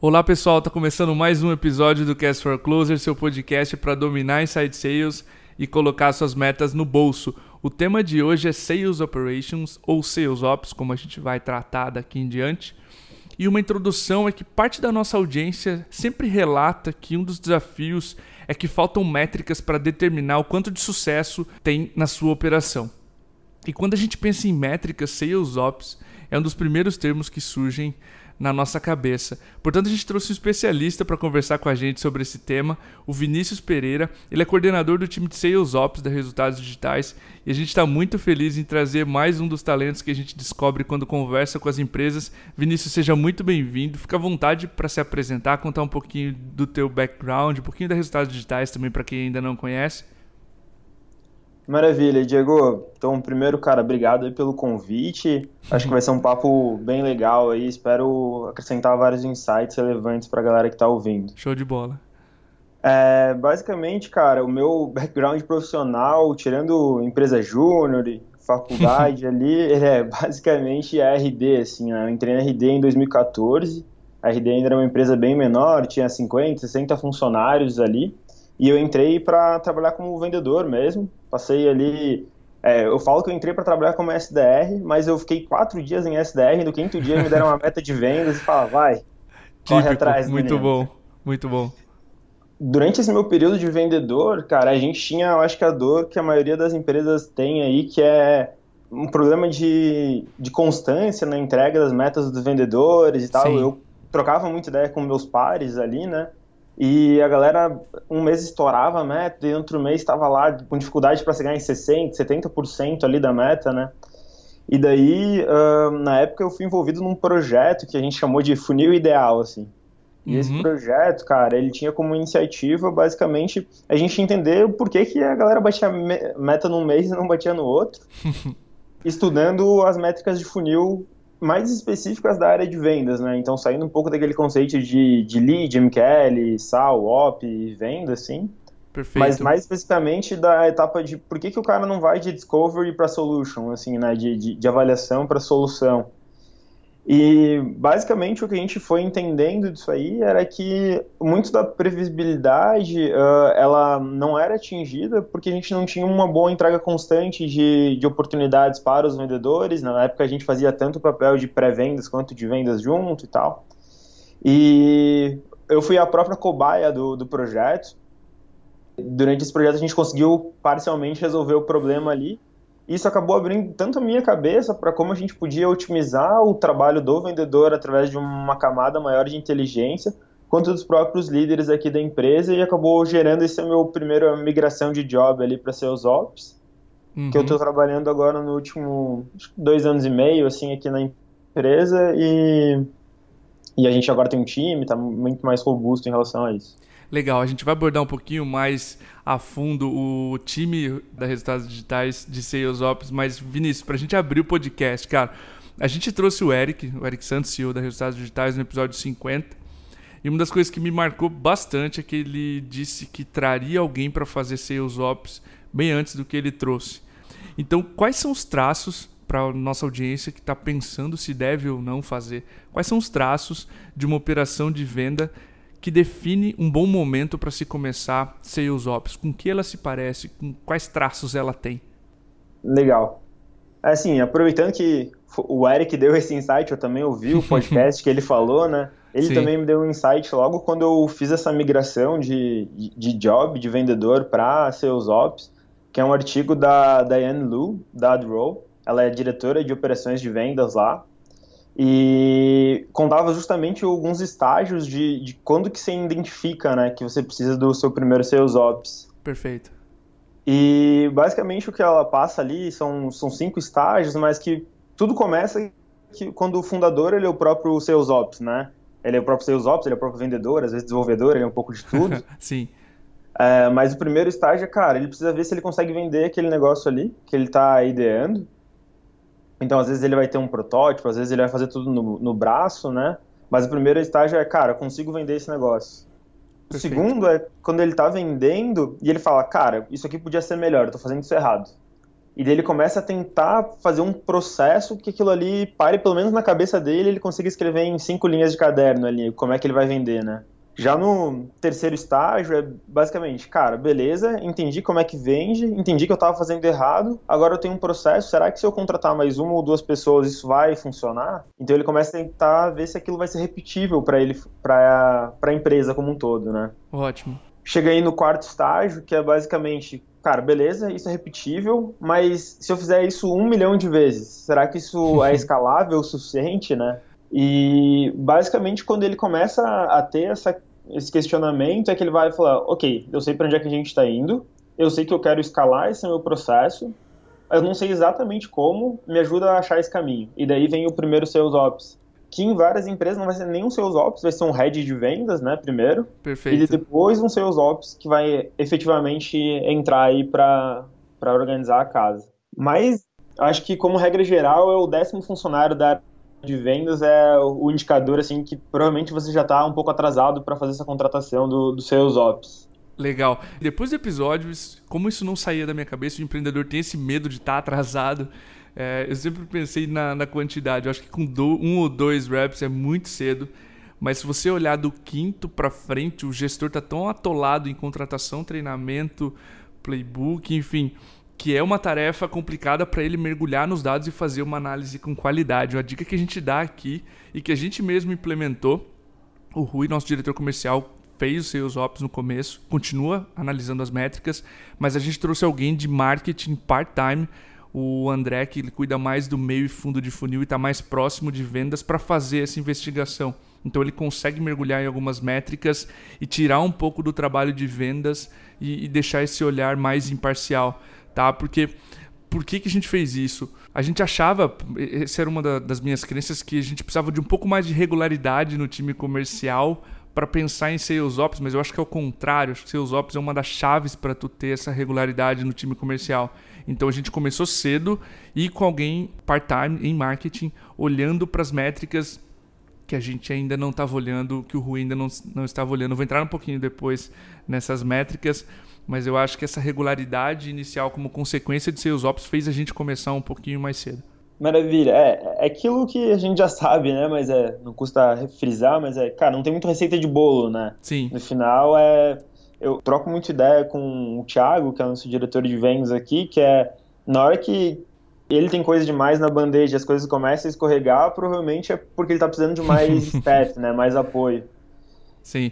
Olá pessoal, tá começando mais um episódio do Cast for Closer, seu podcast para dominar Inside Sales e colocar suas metas no bolso. O tema de hoje é Sales Operations ou Sales Ops, como a gente vai tratar daqui em diante. E uma introdução é que parte da nossa audiência sempre relata que um dos desafios é que faltam métricas para determinar o quanto de sucesso tem na sua operação. E quando a gente pensa em métricas, Sales Ops é um dos primeiros termos que surgem na nossa cabeça. Portanto, a gente trouxe um especialista para conversar com a gente sobre esse tema, o Vinícius Pereira. Ele é coordenador do time de Sales Ops da Resultados Digitais e a gente está muito feliz em trazer mais um dos talentos que a gente descobre quando conversa com as empresas. Vinícius, seja muito bem-vindo. Fica à vontade para se apresentar, contar um pouquinho do teu background, um pouquinho da Resultados Digitais também para quem ainda não conhece. Maravilha, Diego. Então, primeiro, cara, obrigado aí pelo convite. Acho que vai ser um papo bem legal aí. Espero acrescentar vários insights relevantes para a galera que está ouvindo. Show de bola. Basicamente, cara, o meu background profissional, tirando empresa júnior e faculdade ali, ele é basicamente a RD, assim, né? Eu entrei na RD em 2014. A RD ainda era uma empresa bem menor, tinha 50, 60 funcionários ali. E eu entrei para trabalhar como vendedor mesmo. Passei ali... eu falo que eu entrei para trabalhar como SDR, mas eu fiquei 4 dias em SDR e no 5º dia me deram uma meta de vendas e falaram, vai, corre Típico, atrás, muito menino. bom, muito bom. Durante esse meu período de vendedor, cara, a gente tinha, eu acho que a dor que a maioria das empresas tem aí, que é um problema de constância na entrega das metas dos vendedores e tal. Sim. Eu trocava muita ideia com meus pares ali, né? E a galera, um mês estourava a meta e outro mês estava lá com dificuldade para chegar em 60%, 70% ali da meta, né? E daí, na época, eu fui envolvido num projeto que a gente chamou de Funil Ideal, assim. E esse projeto, cara, ele tinha como iniciativa, basicamente, a gente entender o porquê que a galera batia meta num mês e não batia no outro, estudando as métricas de funil mais específicas da área de vendas, né? Então, saindo um pouco daquele conceito de lead, MQL, SAL, OP e venda, assim. Perfeito. Mas mais especificamente da etapa de por que o cara não vai de discovery para solution, assim, né? De avaliação para solução. E basicamente o que a gente foi entendendo disso aí era que muito da previsibilidade ela não era atingida porque a gente não tinha uma boa entrega constante de oportunidades para os vendedores. Na época a gente fazia tanto o papel de pré-vendas quanto de vendas junto e tal. E eu fui a própria cobaia do projeto. Durante esse projeto a gente conseguiu parcialmente resolver o problema ali. Isso acabou abrindo tanto a minha cabeça para como a gente podia otimizar o trabalho do vendedor através de uma camada maior de inteligência, quanto dos próprios líderes aqui da empresa, e acabou gerando essa minha primeira migração de job ali para Sales Ops, que eu estou trabalhando agora no último 2 anos e meio assim, aqui na empresa, e a gente agora tem um time, está muito mais robusto em relação a isso. Legal, a gente vai abordar um pouquinho mais a fundo o time da Resultados Digitais de Sales Ops, mas Vinícius, para a gente abrir o podcast, cara, a gente trouxe o Eric Santos, CEO da Resultados Digitais, no episódio 50, e uma das coisas que me marcou bastante é que ele disse que traria alguém para fazer Sales Ops bem antes do que ele trouxe. Então, quais são os traços, para a nossa audiência que está pensando se deve ou não fazer, quais são os traços de uma operação de venda que define um bom momento para se começar Sales Ops? Com que ela se parece? Com quais traços ela tem? Legal. Assim, aproveitando que o Eric deu esse insight, eu também ouvi o podcast que ele falou, né? Ele Sim. também me deu um insight logo quando eu fiz essa migração de job, de vendedor para Sales Ops, que é um artigo da Diane Lu, da AdRoll. Ela é diretora de operações de vendas lá. E contava justamente alguns estágios de quando que você identifica, né, que você precisa do seu primeiro Sales Ops. Perfeito. E basicamente o que ela passa ali são 5 estágios, mas que tudo começa quando o fundador ele é o próprio Sales Ops, né? Ele é o próprio Sales Ops, ele é o próprio vendedor, às vezes desenvolvedor, ele é um pouco de tudo. Sim. Mas o primeiro estágio é, cara, ele precisa ver se ele consegue vender aquele negócio ali, que ele está ideando. Então, às vezes ele vai ter um protótipo, às vezes ele vai fazer tudo no braço, né? Mas o primeiro estágio é, cara, eu consigo vender esse negócio. O segundo é quando ele tá vendendo e ele fala, cara, isso aqui podia ser melhor, eu tô fazendo isso errado. E daí ele começa a tentar fazer um processo que aquilo ali pare pelo menos na cabeça dele, ele consiga escrever em 5 linhas de caderno ali, como é que ele vai vender, né? Já no terceiro estágio é basicamente, cara, beleza, entendi como é que vende, entendi que eu estava fazendo errado, agora eu tenho um processo, será que se eu contratar mais uma ou duas pessoas isso vai funcionar? Então ele começa a tentar ver se aquilo vai ser repetível para ele, para a empresa como um todo, né? Ótimo. Chega aí no quarto estágio, que é basicamente, cara, beleza, isso é repetível, mas se eu fizer isso 1 milhão de vezes, será que isso é escalável o suficiente, né? E basicamente quando ele começa a ter esse questionamento é que ele vai falar, ok, eu sei para onde é que a gente está indo, eu sei que eu quero escalar esse meu processo, eu não sei exatamente como, me ajuda a achar esse caminho. E daí vem o primeiro Sales Ops, que em várias empresas não vai ser nem um Sales Ops, vai ser um Head de vendas, né, primeiro. Perfeito. E depois um Sales Ops que vai efetivamente entrar aí para organizar a casa. Mas acho que como regra geral é o 10º funcionário da área de vendas é o indicador assim que provavelmente você já está um pouco atrasado para fazer essa contratação do Sales Ops. Legal. Depois do episódio, como isso não saía da minha cabeça, o empreendedor tem esse medo de estar atrasado. Eu sempre pensei na quantidade. Eu acho que com 1 ou 2 reps é muito cedo. Mas se você olhar do 5º para frente, o gestor está tão atolado em contratação, treinamento, playbook, enfim, que é uma tarefa complicada para ele mergulhar nos dados e fazer uma análise com qualidade. Uma dica que a gente dá aqui e que a gente mesmo implementou, o Rui, nosso diretor comercial, fez os Sales Ops no começo, continua analisando as métricas, mas a gente trouxe alguém de marketing part-time, o André, que ele cuida mais do meio e fundo de funil e está mais próximo de vendas para fazer essa investigação. Então ele consegue mergulhar em algumas métricas e tirar um pouco do trabalho de vendas e deixar esse olhar mais imparcial. Tá? Porque por que a gente fez isso? A gente achava, essa era uma das minhas crenças, que a gente precisava de um pouco mais de regularidade no time comercial para pensar em Sales Ops, mas eu acho que é o contrário. Acho que Sales Ops é uma das chaves para tu ter essa regularidade no time comercial. Então a gente começou cedo e com alguém part-time em marketing, olhando para as métricas que a gente ainda não estava olhando, que o Rui ainda não estava olhando. Eu vou entrar um pouquinho depois nessas métricas, mas eu acho que essa regularidade inicial como consequência de Sales Ops fez a gente começar um pouquinho mais cedo. Maravilha, é aquilo que a gente já sabe, né, mas não custa frisar, mas cara, não tem muita receita de bolo, né? Sim. No final eu troco muita ideia com o Thiago, que é o nosso diretor de vendas aqui, que na hora que ele tem coisa demais na bandeja, as coisas começam a escorregar, provavelmente é porque ele tá precisando de mais staff, né, mais apoio. Sim.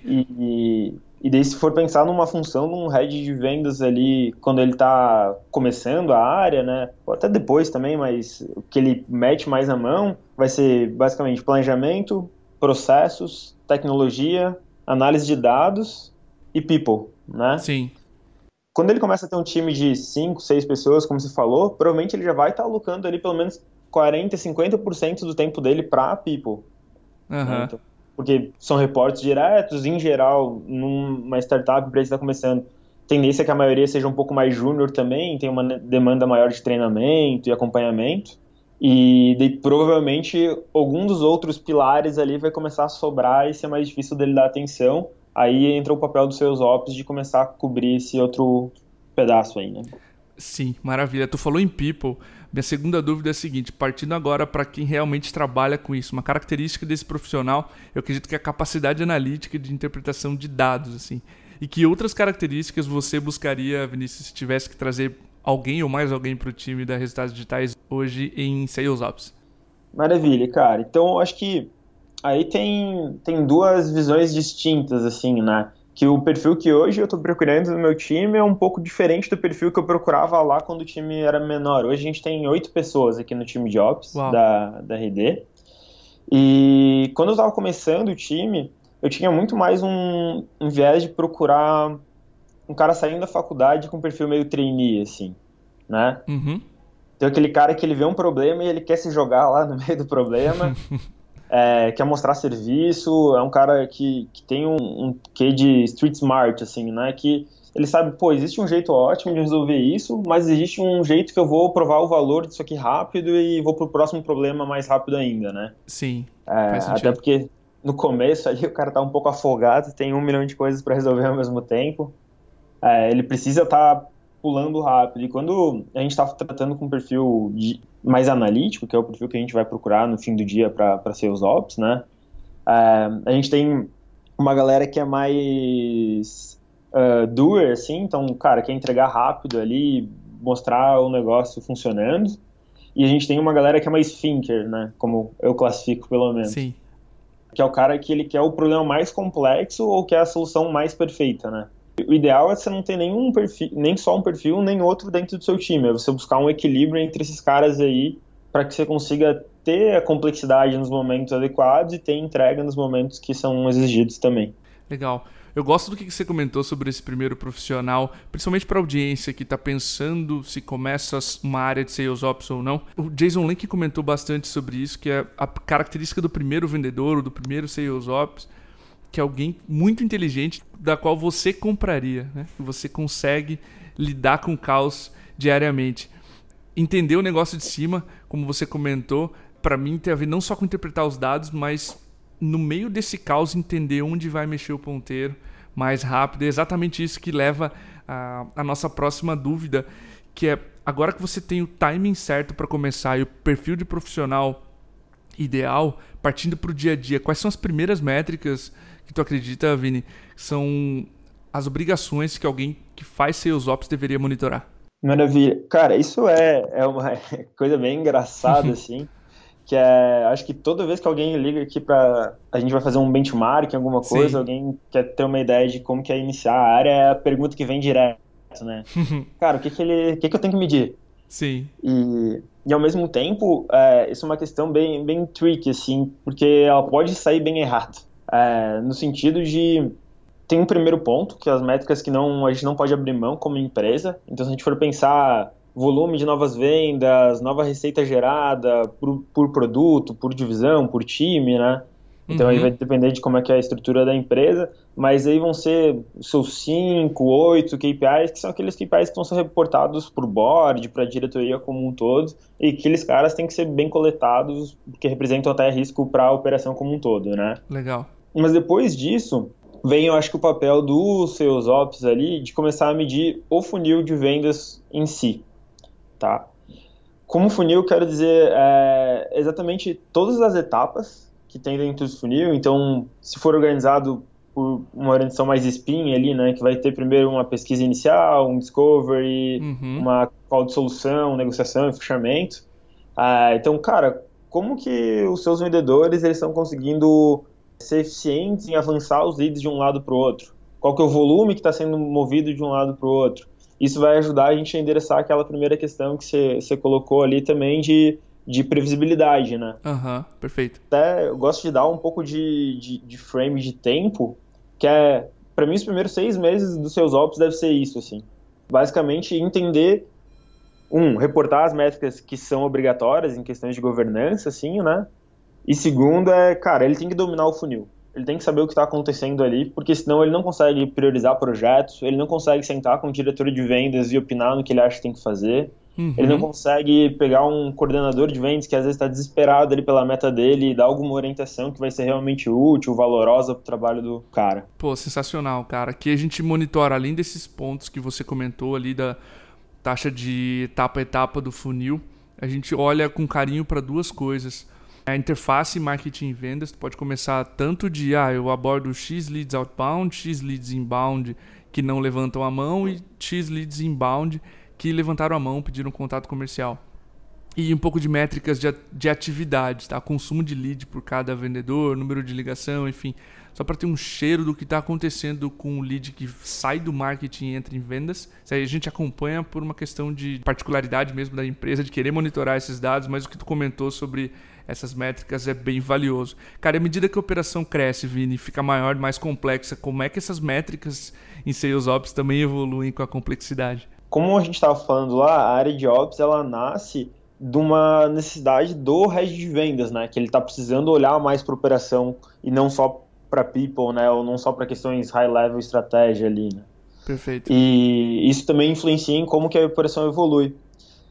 E daí se for pensar numa função de um head de vendas ali, quando ele tá começando a área, né, ou até depois também, mas o que ele mete mais a mão vai ser basicamente planejamento, processos, tecnologia, análise de dados e people, né? Sim. Quando ele começa a ter um time de 5, 6 pessoas, como você falou, provavelmente ele já vai estar alocando ali pelo menos 40, 50% do tempo dele para people. Né? Então, porque são reportes diretos, em geral, numa startup, para ele estar começando, tendência é que a maioria seja um pouco mais júnior também, tem uma demanda maior de treinamento e acompanhamento, e daí, provavelmente algum dos outros pilares ali vai começar a sobrar e ser mais difícil dele dar atenção. Aí entra o papel dos seus ops de começar a cobrir esse outro pedaço aí, né? Sim, maravilha. Tu falou em people. Minha segunda dúvida é a seguinte, partindo agora para quem realmente trabalha com isso, uma característica desse profissional, eu acredito que é a capacidade analítica de interpretação de dados, assim. E que outras características você buscaria, Vinícius, se tivesse que trazer alguém ou mais alguém para o time da Resultados Digitais hoje em Sales Ops? Maravilha, cara. Então, acho que aí tem duas visões distintas, assim, né? Que o perfil que hoje eu estou procurando no meu time é um pouco diferente do perfil que eu procurava lá quando o time era menor. Hoje a gente tem 8 pessoas aqui no time de Ops da RD. E quando eu estava começando o time, eu tinha muito mais um viés de procurar um cara saindo da faculdade com um perfil meio trainee, assim, né? Uhum. Então aquele cara que ele vê um problema e ele quer se jogar lá no meio do problema... quer mostrar serviço, é um cara que tem um quê de street smart, assim, né, que ele sabe, pô, existe um jeito ótimo de resolver isso, mas existe um jeito que eu vou provar o valor disso aqui rápido e vou pro próximo problema mais rápido ainda, né. Sim, faz sentido. Até porque no começo ali o cara tá um pouco afogado, tem 1 milhão de coisas para resolver ao mesmo tempo, ele precisa estar pulando rápido. E quando a gente está tratando com um perfil mais analítico, que é o perfil que a gente vai procurar no fim do dia para Sales Ops, né? A gente tem uma galera que é mais doer, assim, então, cara, quer entregar rápido ali, mostrar o negócio funcionando. E a gente tem uma galera que é mais thinker, né? Como eu classifico, pelo menos. Sim. Que é o cara que ele quer o problema mais complexo ou quer a solução mais perfeita, né? O ideal é você não ter nenhum perfil, nem só um perfil, nem outro dentro do seu time. É você buscar um equilíbrio entre esses caras aí para que você consiga ter a complexidade nos momentos adequados e ter entrega nos momentos que são exigidos também. Legal. Eu gosto do que você comentou sobre esse primeiro profissional, principalmente para a audiência que está pensando se começa uma área de Sales Ops ou não. O Jason Link comentou bastante sobre isso, que é a característica do primeiro vendedor, ou do primeiro Sales Ops, que é alguém muito inteligente, da qual você compraria, né? Que você consegue lidar com o caos diariamente. Entender o negócio de cima, como você comentou, para mim tem a ver não só com interpretar os dados, mas no meio desse caos entender onde vai mexer o ponteiro mais rápido. É exatamente isso que leva a nossa próxima dúvida, que é, agora que você tem o timing certo para começar e o perfil de profissional ideal, partindo para o dia a dia, quais são as primeiras métricas que tu acredita, Vini, são as obrigações que alguém que faz Sales Ops deveria monitorar? Maravilha. Cara, isso é uma coisa bem engraçada, assim, que acho que toda vez que alguém liga aqui a gente vai fazer um benchmark, alguma coisa, sim, alguém quer ter uma ideia de como que é iniciar a área, é a pergunta que vem direto, né? Cara, o que eu tenho que medir? Sim. E ao mesmo tempo, isso é uma questão bem, bem tricky, assim, porque ela pode sair bem errado. No sentido de... Tem um primeiro ponto, que é as métricas que a gente não pode abrir mão como empresa. Então, se a gente for pensar volume de novas vendas, nova receita gerada por produto, por divisão, por time, né? Então, aí vai depender de como é que é a estrutura da empresa, mas aí vão ser os seus 5, 8 KPIs, que são aqueles KPIs que vão ser reportados por board, para a diretoria como um todo, e aqueles caras têm que ser bem coletados, porque representam até risco para a operação como um todo, né? Legal. Mas depois disso, vem, eu acho que o papel do Sales Ops ali, de começar a medir o funil de vendas em si, tá? Como funil, eu quero dizer exatamente todas as etapas que tem dentro do funil. Então, se for organizado por uma orientação mais SPIN ali, né, que vai ter primeiro uma pesquisa inicial, um discovery, uma call de solução, negociação e fechamento. Então, cara, como que os seus vendedores eles estão conseguindo ser eficientes em avançar os leads de um lado para o outro? Qual que é o volume que está sendo movido de um lado para o outro? Isso vai ajudar a gente a endereçar aquela primeira questão que você colocou ali também de previsibilidade, né? Perfeito. Até eu gosto de dar um pouco de frame de tempo, que para mim, os primeiros 6 meses dos seus ops deve ser isso, assim. Basicamente, entender, reportar as métricas que são obrigatórias em questões de governança, assim, né? E segundo cara, ele tem que dominar o funil. Ele tem que saber o que está acontecendo ali, porque senão ele não consegue priorizar projetos, ele não consegue sentar com o diretor de vendas e opinar no que ele acha que tem que fazer. Ele não consegue pegar um coordenador de vendas que às vezes está desesperado ali pela meta dele e dar alguma orientação que vai ser realmente útil, valorosa para o trabalho do cara. Pô, sensacional, cara. Aqui a gente monitora, além desses pontos que você comentou ali da taxa de etapa a etapa do funil, a gente olha com carinho para 2 coisas. A interface marketing e vendas, tu pode começar tanto de eu abordo X leads outbound, X leads inbound que não levantam a mão e X leads inbound que levantaram a mão, pediram contato comercial. E um pouco de métricas de atividade, tá? Consumo de lead por cada vendedor, número de ligação, enfim. Só para ter um cheiro do que está acontecendo com o lead que sai do marketing e entra em vendas. Isso aí a gente acompanha por uma questão de particularidade mesmo da empresa, de querer monitorar esses dados, mas o que tu comentou sobre essas métricas é bem valioso. Cara, à medida que a operação cresce, Vini, fica maior, mais complexa, como é que essas métricas em Sales Ops também evoluem com a complexidade? Como a gente estava falando lá, a área de Ops, ela nasce de uma necessidade do head de vendas, né? Que ele está precisando olhar mais para a operação e não só para people, né? Ou não só para questões high-level estratégia ali, né? Perfeito. E isso também influencia em como que a operação evolui.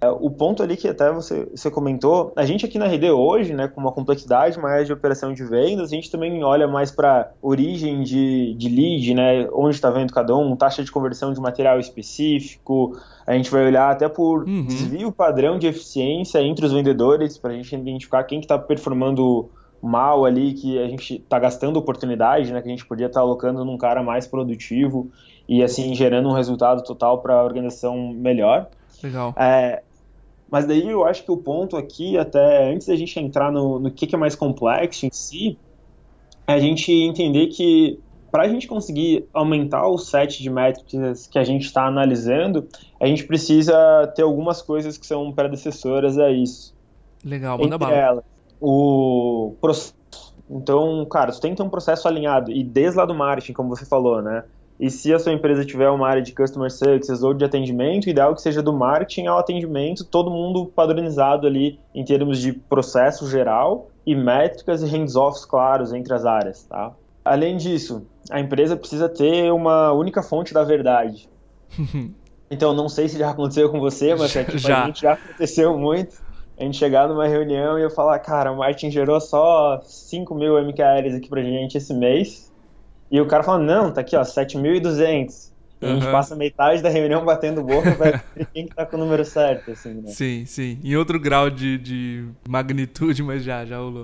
O ponto ali que até você comentou, a gente aqui na RD hoje, né, com uma complexidade maior de operação de vendas, a gente também olha mais para origem de lead, né, onde está vendo cada um, taxa de conversão de material específico, a gente vai olhar até por desvio padrão de eficiência entre os vendedores, para a gente identificar quem que está performando mal ali, que a gente está gastando oportunidade, né, que a gente podia estar alocando num cara mais produtivo e assim gerando um resultado total para a organização melhor. Legal. Mas daí eu acho que o ponto aqui, até antes da gente entrar no que é mais complexo em si, é a gente entender que para a gente conseguir aumentar o set de métricas que a gente está analisando, a gente precisa ter algumas coisas que são predecessoras a isso. Legal, manda Entre bala. elas, o processo. Então, cara, você tem que ter um processo alinhado, e desde lá do marketing, como você falou, né? E se a sua empresa tiver uma área de Customer Success ou de atendimento, o ideal é que seja do marketing ao atendimento, todo mundo padronizado ali em termos de processo geral e métricas e hands-offs claros entre as áreas, tá? Além disso, a empresa precisa ter uma única fonte da verdade. Então, não sei se já aconteceu com você, mas a gente já aconteceu muito. A gente chegar numa reunião e eu falar, cara, o marketing gerou só 5.000 MQLs aqui pra gente esse mês. E o cara fala, não, tá aqui, ó, 7.200. E a gente passa metade da reunião batendo boca pra ver quem que tá com o número certo, assim, né? Sim, sim. Em outro grau de magnitude, mas já rolou.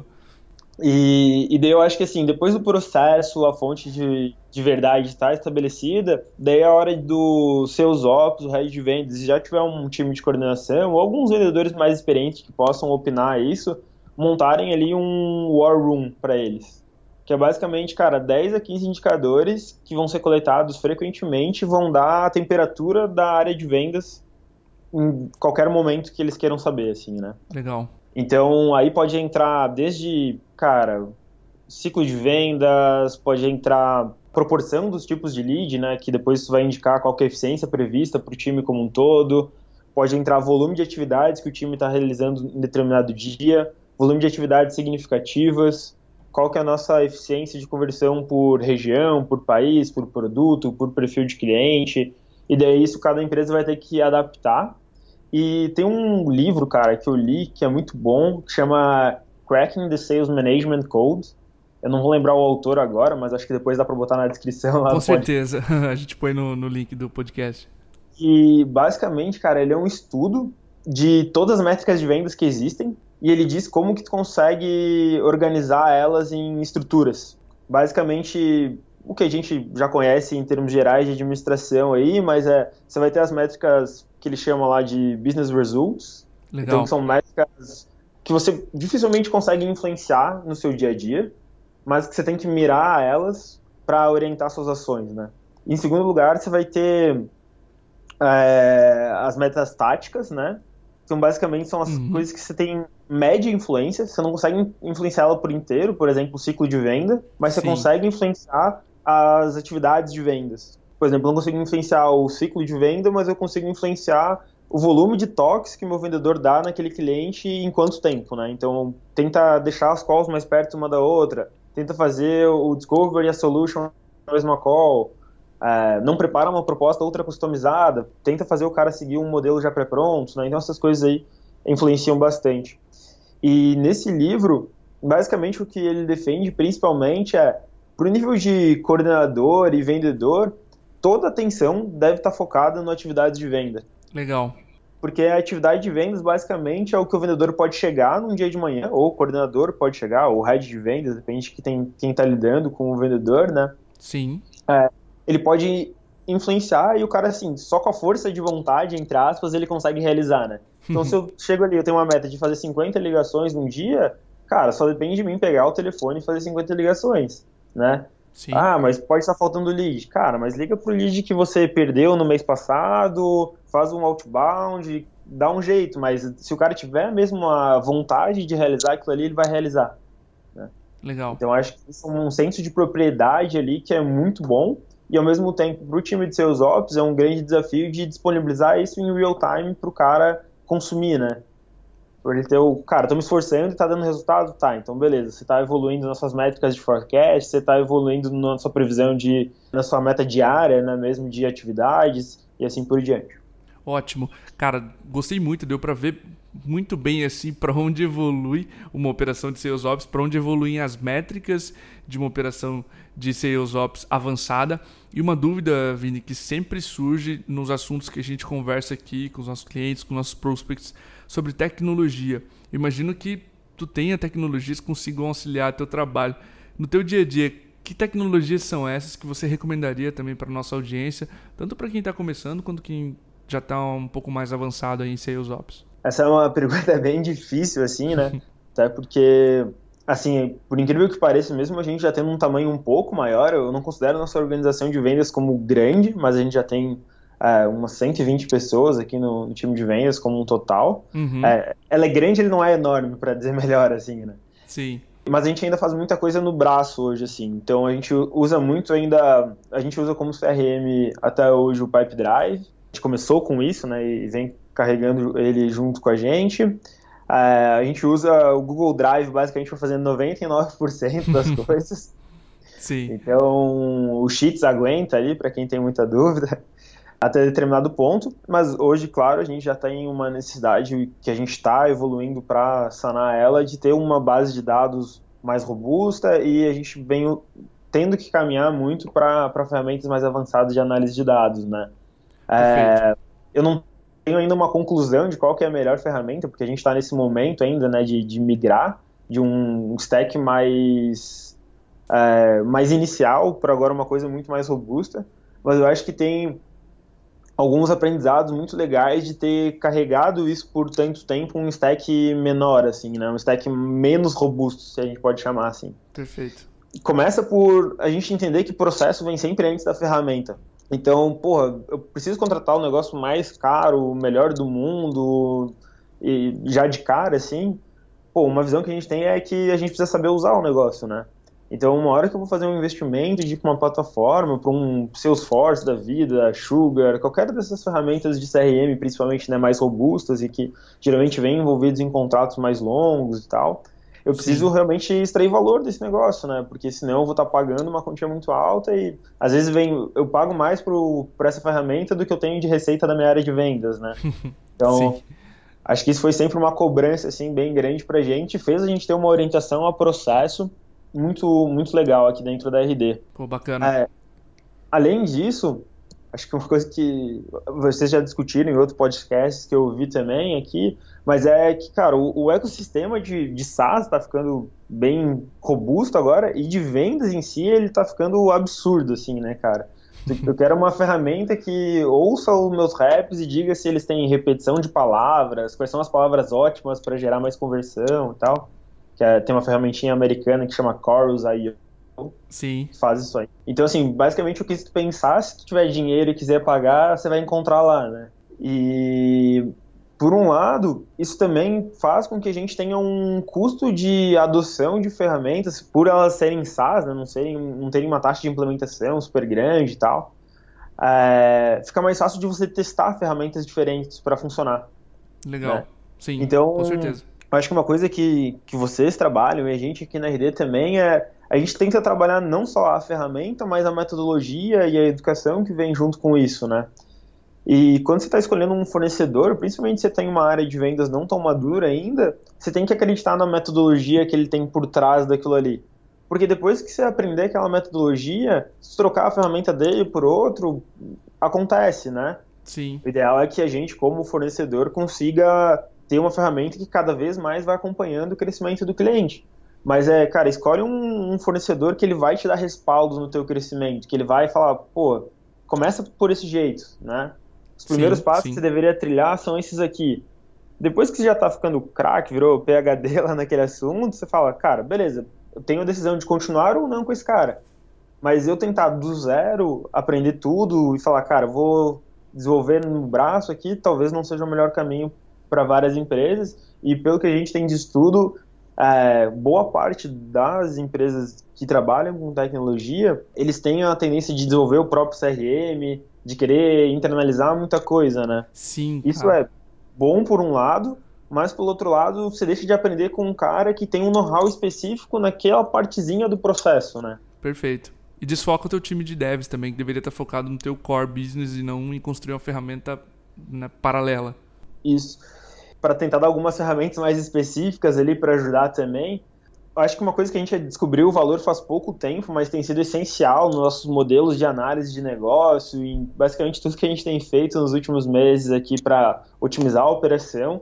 E daí eu acho que, assim, depois do processo, a fonte de verdade está estabelecida, daí é a hora dos seus ops, o head de vendas, se já tiver um time de coordenação, ou alguns vendedores mais experientes que possam opinar isso, montarem ali um war room para eles. Que é basicamente, cara, 10 a 15 indicadores que vão ser coletados frequentemente e vão dar a temperatura da área de vendas em qualquer momento que eles queiram saber, assim, né? Legal. Então, aí pode entrar desde, cara, ciclo de vendas, pode entrar proporção dos tipos de lead, né? Que depois isso vai indicar qual que é a eficiência prevista para o time como um todo. Pode entrar volume de atividades que o time está realizando em determinado dia, volume de atividades significativas, qual que é a nossa eficiência de conversão por região, por país, por produto, por perfil de cliente, e daí isso cada empresa vai ter que adaptar. E tem um livro, cara, que eu li, que é muito bom, que chama Cracking the Sales Management Code. Eu não vou lembrar o autor agora, mas acho que depois dá para botar na descrição lá. Com certeza, a gente põe no link do podcast. E basicamente, cara, ele é um estudo de todas as métricas de vendas que existem, e ele diz como que tu consegue organizar elas em estruturas. Basicamente, o que a gente já conhece em termos gerais de administração aí, mas você vai ter as métricas que ele chama lá de Business Results. Legal. Então, são métricas que você dificilmente consegue influenciar no seu dia a dia, mas que você tem que mirar elas para orientar suas ações, né? Em segundo lugar, você vai ter as metas táticas, né? Então, basicamente, são as coisas que você tem média influência, você não consegue influenciar ela por inteiro, por exemplo, o ciclo de venda, mas você consegue influenciar as atividades de vendas. Por exemplo, eu não consigo influenciar o ciclo de venda, mas eu consigo influenciar o volume de toques que o meu vendedor dá naquele cliente em quanto tempo, né? Então, tenta deixar as calls mais perto uma da outra, tenta fazer o discovery e a solution na mesma call, não prepara uma proposta ultra customizada, tenta fazer o cara seguir um modelo já pré-pronto, né? Então essas coisas aí influenciam bastante. E nesse livro, basicamente o que ele defende principalmente pro nível de coordenador e vendedor, toda a atenção deve estar focada na atividade de venda. Legal. Porque a atividade de vendas basicamente é o que o vendedor pode chegar num dia de manhã, ou o coordenador pode chegar, ou o head de vendas, depende de quem está lidando com o vendedor, né? Sim. Ele pode influenciar e o cara, assim, só com a força de vontade, entre aspas, ele consegue realizar, né? Então, se eu chego ali, eu tenho uma meta de fazer 50 ligações num dia, cara, só depende de mim pegar o telefone e fazer 50 ligações, né? Sim. Mas pode estar faltando lead. Cara, mas liga pro lead que você perdeu no mês passado, faz um outbound, dá um jeito, mas se o cara tiver mesmo a vontade de realizar aquilo ali, ele vai realizar, né? Legal. Então, acho que isso é um senso de propriedade ali que é muito bom. E ao mesmo tempo, para o time de Sales Ops, é um grande desafio de disponibilizar isso em real time para o cara consumir, né? Por ele ter cara, tô me esforçando e tá dando resultado? Tá, então beleza, você tá evoluindo nas suas métricas de forecast, você tá evoluindo na sua previsão na sua meta diária, né, mesmo de atividades e assim por diante. Ótimo. Cara, gostei muito, deu para ver muito bem assim para onde evolui uma operação de Sales Ops, para onde evoluem as métricas de uma operação de Sales Ops avançada. E uma dúvida, Vini, que sempre surge nos assuntos que a gente conversa aqui com os nossos clientes, com os nossos prospects, sobre tecnologia. Imagino que tu tenha tecnologias que consigam auxiliar teu trabalho. No teu dia a dia, que tecnologias são essas que você recomendaria também para a nossa audiência, tanto para quem está começando quanto quem já está um pouco mais avançado aí em Sales Ops? Essa é uma pergunta bem difícil, assim, né? Até porque, assim, por incrível que pareça, mesmo a gente já tendo um tamanho um pouco maior, eu não considero a nossa organização de vendas como grande, mas a gente já tem umas 120 pessoas aqui no time de vendas como um total. Uhum. Ela é grande, ele não é enorme, para dizer melhor, assim, né? Sim. Mas a gente ainda faz muita coisa no braço hoje, assim. Então a gente usa muito ainda, a gente usa como CRM até hoje o Pipedrive. A gente começou com isso, né, e vem carregando ele junto com a gente. A gente usa o Google Drive basicamente para fazer 99% das coisas. Sim. Então o Sheets aguenta ali, para quem tem muita dúvida, até determinado ponto. Mas hoje, claro, a gente já tem uma necessidade que a gente está evoluindo para sanar ela, de ter uma base de dados mais robusta, e a gente vem tendo que caminhar muito para ferramentas mais avançadas de análise de dados, né? Eu não tenho ainda uma conclusão de qual que é a melhor ferramenta, porque a gente está nesse momento ainda, né, de migrar de um stack mais inicial para agora uma coisa muito mais robusta, mas eu acho que tem alguns aprendizados muito legais de ter carregado isso por tanto tempo um stack menor, assim, né, um stack menos robusto, se a gente pode chamar assim. Perfeito. Começa por a gente entender que o processo vem sempre antes da ferramenta. Então, porra, eu preciso contratar o negócio mais caro, o melhor do mundo, e já de cara, assim, uma visão que a gente tem é que a gente precisa saber usar o negócio, né? Então, uma hora que eu vou fazer um investimento de uma plataforma, para um Salesforce da vida, Sugar, qualquer dessas ferramentas de CRM, principalmente, né, mais robustas e que geralmente vêm envolvidos em contratos mais longos e tal, eu preciso realmente extrair valor desse negócio, né? Porque senão eu vou estar pagando uma quantia muito alta e às vezes eu pago mais por essa ferramenta do que eu tenho de receita da minha área de vendas, né? Então, acho que isso foi sempre uma cobrança assim, bem grande pra gente, fez a gente ter uma orientação ao processo muito, muito legal aqui dentro da RD. Pô, bacana. Além disso, acho que uma coisa que vocês já discutiram em outros podcasts que eu ouvi também aqui, mas é que, cara, o ecossistema de SaaS está ficando bem robusto agora, e de vendas em si ele está ficando absurdo, assim, né, cara? Eu quero uma ferramenta que ouça os meus raps e diga se eles têm repetição de palavras, quais são as palavras ótimas para gerar mais conversão e tal. Tem uma ferramentinha americana que chama Chorus.io. Sim. Faz isso aí. Então, assim, basicamente o que tu pensar, se tu tiver dinheiro e quiser pagar, você vai encontrar lá, né? E, por um lado, isso também faz com que a gente tenha um custo de adoção de ferramentas, por elas serem SaaS, né? Não terem uma taxa de implementação super grande e tal. Fica mais fácil de você testar ferramentas diferentes para funcionar. Legal. Né? Sim, então, com certeza. Eu acho que uma coisa que vocês trabalham, e a gente aqui na RD também, a gente tenta trabalhar não só a ferramenta, mas a metodologia e a educação que vem junto com isso, né? E quando você está escolhendo um fornecedor, principalmente se você tem uma área de vendas não tão madura ainda, você tem que acreditar na metodologia que ele tem por trás daquilo ali. Porque depois que você aprender aquela metodologia, se trocar a ferramenta dele por outro, acontece, né? Sim. O ideal é que a gente, como fornecedor, consiga ter uma ferramenta que cada vez mais vai acompanhando o crescimento do cliente. Mas, cara, escolhe um fornecedor que ele vai te dar respaldo no teu crescimento, que ele vai falar, pô, começa por esse jeito, né? Os primeiros passos que você deveria trilhar são esses aqui. Depois que você já tá ficando craque, virou PhD lá naquele assunto, você fala, cara, beleza, eu tenho a decisão de continuar ou não com esse cara. Mas eu tentar do zero aprender tudo e falar, cara, vou desenvolver no braço aqui, talvez não seja o melhor caminho para várias empresas, e pelo que a gente tem de estudo, boa parte das empresas que trabalham com tecnologia, eles têm a tendência de desenvolver o próprio CRM, de querer internalizar muita coisa, né? Sim. Isso é bom por um lado, mas pelo outro lado, você deixa de aprender com um cara que tem um know-how específico naquela partezinha do processo, né? Perfeito. E desfoca o teu time de devs também, que deveria estar focado no teu core business e não em construir uma ferramenta né, paralela. Isso. Para tentar dar algumas ferramentas mais específicas ali para ajudar também. Eu acho que uma coisa que a gente descobriu o valor faz pouco tempo, mas tem sido essencial nos nossos modelos de análise de negócio e basicamente tudo que a gente tem feito nos últimos meses aqui para otimizar a operação,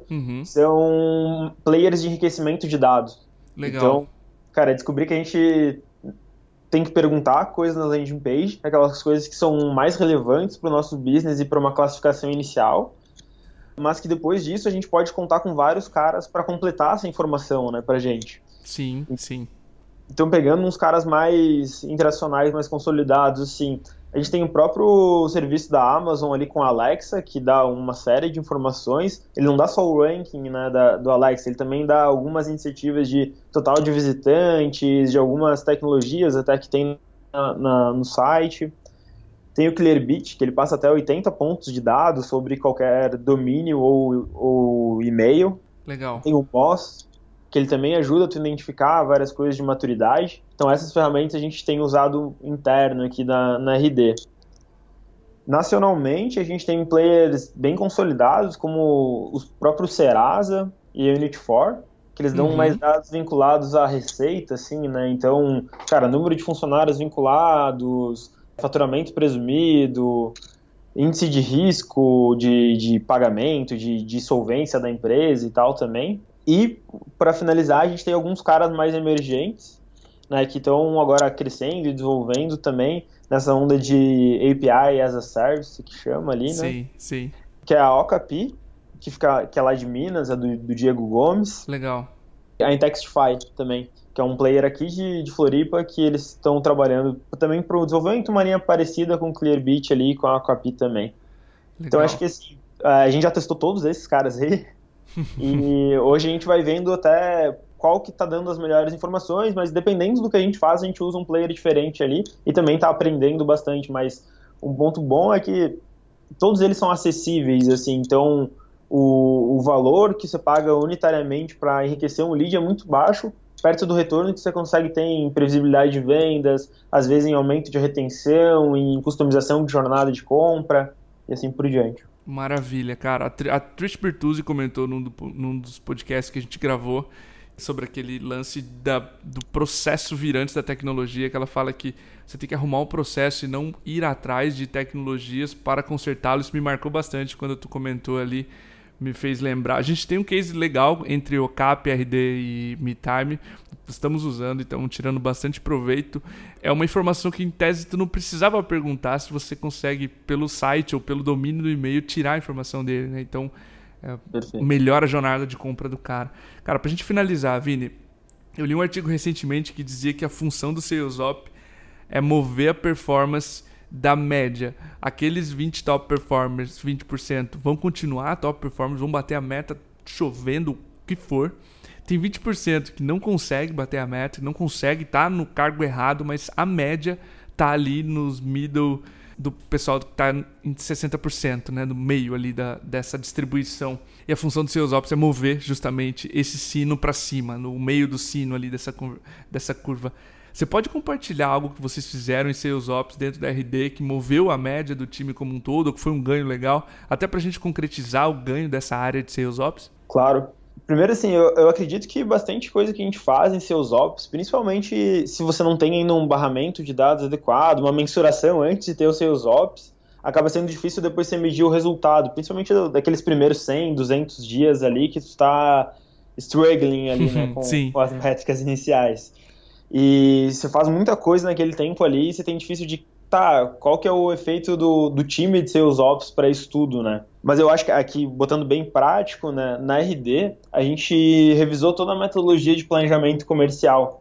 são players de enriquecimento de dados. Legal. Então, cara, descobri que a gente tem que perguntar coisas na landing page, aquelas coisas que são mais relevantes para o nosso business e para uma classificação inicial, mas que depois disso a gente pode contar com vários caras para completar essa informação, né, pra gente. Sim, sim. Então, pegando uns caras mais internacionais, mais consolidados, assim, a gente tem o próprio serviço da Amazon ali com a Alexa, que dá uma série de informações. Ele não dá só o ranking, né, do Alexa, ele também dá algumas iniciativas de total de visitantes, de algumas tecnologias até que tem no site. Tem o Clearbit, que ele passa até 80 pontos de dados sobre qualquer domínio ou e-mail. Legal. Tem o Moz, que ele também ajuda a tu identificar várias coisas de maturidade. Então essas ferramentas a gente tem usado interno aqui na RD. Nacionalmente, a gente tem players bem consolidados, como os próprios Serasa e a Unit4, que eles dão mais dados vinculados à receita, assim, né? Então, cara, número de funcionários vinculados, faturamento presumido, índice de risco de pagamento, de solvência da empresa e tal também. E, para finalizar, a gente tem alguns caras mais emergentes, né, que estão agora crescendo e desenvolvendo também nessa onda de API as a Service, que chama ali, né? Sim, sim. Que é a Okapi, que é lá de Minas, é do Diego Gomes. Legal. A Intextify também, que é um player aqui de Floripa, que eles estão trabalhando também para o desenvolvimento de uma linha parecida com o Clearbit ali e com a Okapi também. Legal. Então, acho que assim, a gente já testou todos esses caras aí. E hoje a gente vai vendo até qual que tá dando as melhores informações, mas dependendo do que a gente faz, a gente usa um player diferente ali e também tá aprendendo bastante, mas um ponto bom é que todos eles são acessíveis, assim, então o valor que você paga unitariamente para enriquecer um lead é muito baixo, perto do retorno que você consegue ter em previsibilidade de vendas, às vezes em aumento de retenção, em customização de jornada de compra e assim por diante. Maravilha, cara. A Trish Bertuzzi comentou num dos podcasts que a gente gravou sobre aquele lance do processo virante da tecnologia, que ela fala que você tem que arrumar um processo e não ir atrás de tecnologias para consertá-lo. Isso me marcou bastante quando tu comentou ali, me fez lembrar. A gente tem um case legal entre o Cap, RD e MeTime. Estamos usando e estamos tirando bastante proveito. É uma informação que, em tese, tu não precisava perguntar se você consegue, pelo site ou pelo domínio do e-mail, tirar a informação dele, né? Então, melhora a jornada de compra do cara. Cara, pra gente finalizar, Vini, eu li um artigo recentemente que dizia que a função do SalesOps é mover a performance da média. Aqueles 20 top performers, 20%, vão continuar top performers, vão bater a meta chovendo o que for. Tem 20% que não consegue bater a meta, não consegue, tá no cargo errado, mas a média tá ali nos middle do pessoal que tá em 60%, né, no meio ali dessa distribuição. E a função do SalesOps é mover justamente esse sino para cima, no meio do sino ali dessa curva. Você pode compartilhar algo que vocês fizeram em SalesOps dentro da RD que moveu a média do time como um todo, ou que foi um ganho legal, até para a gente concretizar o ganho dessa área de SalesOps? Claro. Primeiro, assim, eu acredito que bastante coisa que a gente faz em SalesOps, principalmente se você não tem ainda um barramento de dados adequado, uma mensuração antes de ter o SalesOps, acaba sendo difícil depois você medir o resultado, principalmente daqueles primeiros 100, 200 dias ali que tu está struggling ali, né, com as métricas iniciais. E você faz muita coisa naquele tempo ali e você tem difícil de qual que é o efeito do time de SalesOps para isso tudo, né? Mas eu acho que aqui, botando bem prático, né, na RD, a gente revisou toda a metodologia de planejamento comercial.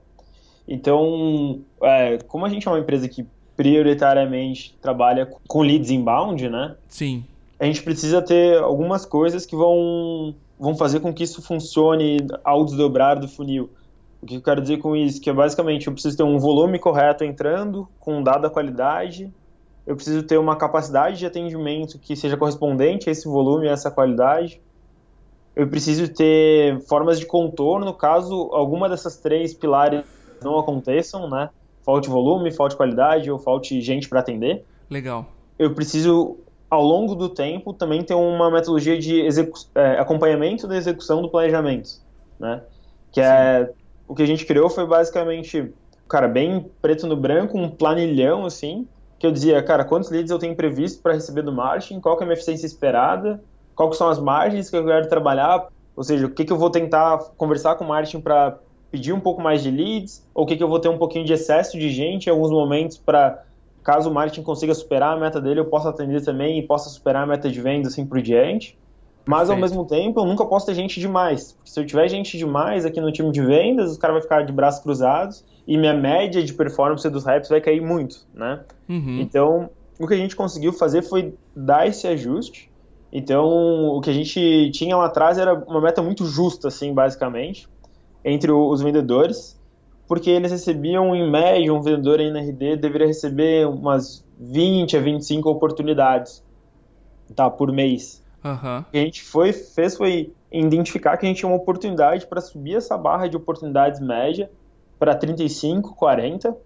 Então, como a gente é uma empresa que prioritariamente trabalha com leads inbound, né? Sim. A gente precisa ter algumas coisas que vão fazer com que isso funcione ao desdobrar do funil. O que eu quero dizer com isso? Que é basicamente eu preciso ter um volume correto entrando, com dada qualidade, eu preciso ter uma capacidade de atendimento que seja correspondente a esse volume e a essa qualidade, eu preciso ter formas de contorno caso alguma dessas três pilares não aconteçam, né? Falte volume, falte qualidade ou falte gente para atender. Legal. Eu preciso ao longo do tempo, também ter uma metodologia de acompanhamento da execução do planejamento, né? Que Sim. é o que a gente criou foi basicamente, cara, bem preto no branco, um planilhão assim, que eu dizia, cara, quantos leads eu tenho previsto para receber do marketing, qual que é a minha eficiência esperada, qual que são as margens que eu quero trabalhar, ou seja, o que que eu vou tentar conversar com o marketing para pedir um pouco mais de leads, ou o que que eu vou ter um pouquinho de excesso de gente em alguns momentos para, caso o marketing consiga superar a meta dele, eu possa atender também e possa superar a meta de venda assim por diante. Mas, ao Perfeito. mesmo tempo, eu nunca posso ter gente demais. Porque se eu tiver gente demais aqui no time de vendas, os caras vão ficar de braços cruzados e minha média de performance dos reps vai cair muito, né? Uhum. Então, o que a gente conseguiu fazer foi dar esse ajuste. Então, o que a gente tinha lá atrás era uma meta muito justa, assim, basicamente, entre os vendedores, porque eles recebiam, em média, um vendedor aí na RD deveria receber umas 20 a 25 oportunidades, tá, por mês. Aham. O que a gente fez foi identificar que a gente tinha uma oportunidade para subir essa barra de oportunidades média para 35, 40,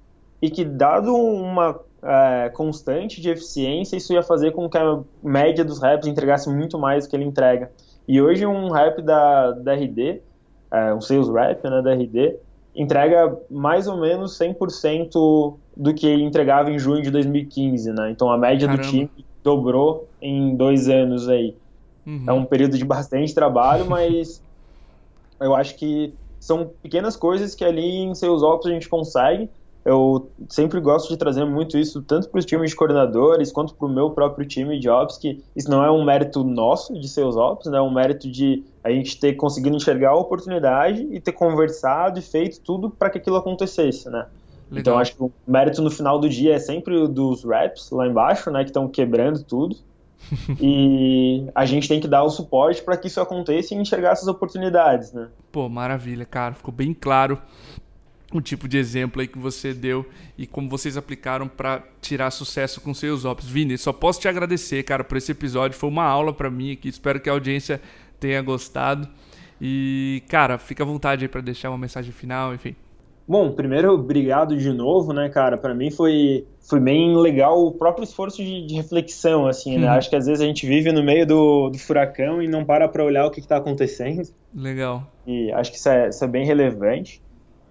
e que, dado uma constante de eficiência, isso ia fazer com que a média dos reps entregasse muito mais do que ele entrega. E hoje um rep da RD, um sales rep, né, da RD, entrega mais ou menos 100% do que ele entregava em junho de 2015, né? Então a média do Caramba. time dobrou em 2 anos aí. É Uhum. um período de bastante trabalho, mas eu acho que são pequenas coisas que ali em Sales Ops a gente consegue. Eu sempre gosto de trazer muito isso, tanto para os times de coordenadores, quanto para o meu próprio time de Ops, que isso não é um mérito nosso de Sales Ops, né? É um mérito de a gente ter conseguido enxergar a oportunidade e ter conversado e feito tudo para que aquilo acontecesse, né? Então, Legal. acho que o mérito no final do dia é sempre o dos reps lá embaixo, né, que estão quebrando tudo. E a gente tem que dar o suporte para que isso aconteça e enxergar essas oportunidades, né? Pô, maravilha, cara. Ficou bem claro o tipo de exemplo aí que você deu e como vocês aplicaram para tirar sucesso com seus ops. Vini, só posso te agradecer, cara, por esse episódio. Foi uma aula para mim aqui. Espero que a audiência tenha gostado. E, cara, fica à vontade aí para deixar uma mensagem final, enfim. Bom, primeiro, obrigado de novo, né, cara? Para mim foi bem legal o próprio esforço de reflexão, assim, né? Acho que às vezes a gente vive no meio do furacão e não para olhar o que está acontecendo. Legal. E acho que isso é bem relevante.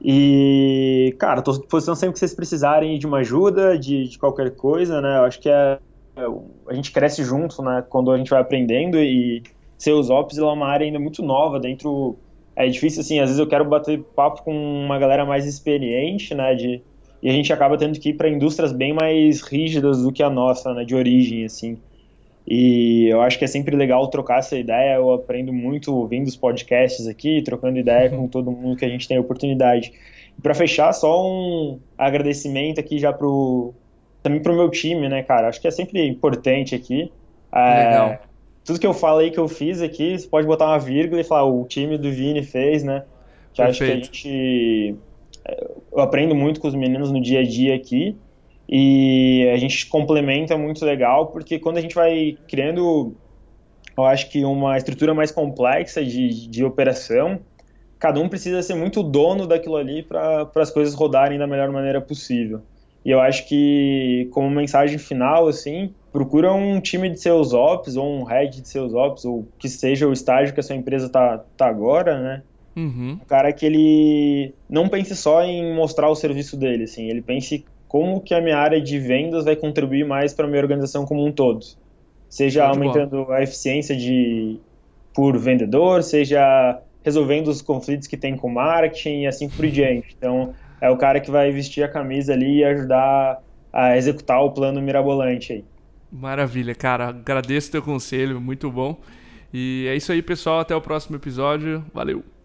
E, cara, tô à disposição sempre que vocês precisarem de uma ajuda, de qualquer coisa, né? Eu acho que a gente cresce junto, né? Quando a gente vai aprendendo e Sales Ops é uma área ainda muito nova dentro. É difícil, assim, às vezes eu quero bater papo com uma galera mais experiente, né? E a gente acaba tendo que ir para indústrias bem mais rígidas do que a nossa, né? De origem, assim. E eu acho que é sempre legal trocar essa ideia. Eu aprendo muito ouvindo os podcasts aqui, trocando ideia com todo mundo que a gente tem a oportunidade. E para fechar, só um agradecimento aqui já também pro meu time, né, cara? Acho que é sempre importante aqui. Legal. Tudo que eu falo aí que eu fiz aqui, você pode botar uma vírgula e falar o time do Vini fez, né? Que acho que a Perfeito. gente eu aprendo muito com os meninos no dia a dia aqui e a gente complementa muito legal, porque quando a gente vai criando, eu acho que uma estrutura mais complexa de operação, cada um precisa ser muito dono daquilo ali para as coisas rodarem da melhor maneira possível. E eu acho que, como mensagem final, assim, procura um time de seus ops, ou um head de seus ops, ou que seja o estágio que a sua empresa tá agora, né? Uhum. Um cara que ele não pense só em mostrar o serviço dele, assim, ele pense como que a minha área de vendas vai contribuir mais para a minha organização como um todo. Seja Show de bola. aumentando a eficiência por vendedor, seja resolvendo os conflitos que tem com marketing e assim por diante. Então, é o cara que vai vestir a camisa ali e ajudar a executar o plano mirabolante aí. Maravilha, cara. Agradeço o teu conselho, muito bom. E é isso aí, pessoal. Até o próximo episódio. Valeu.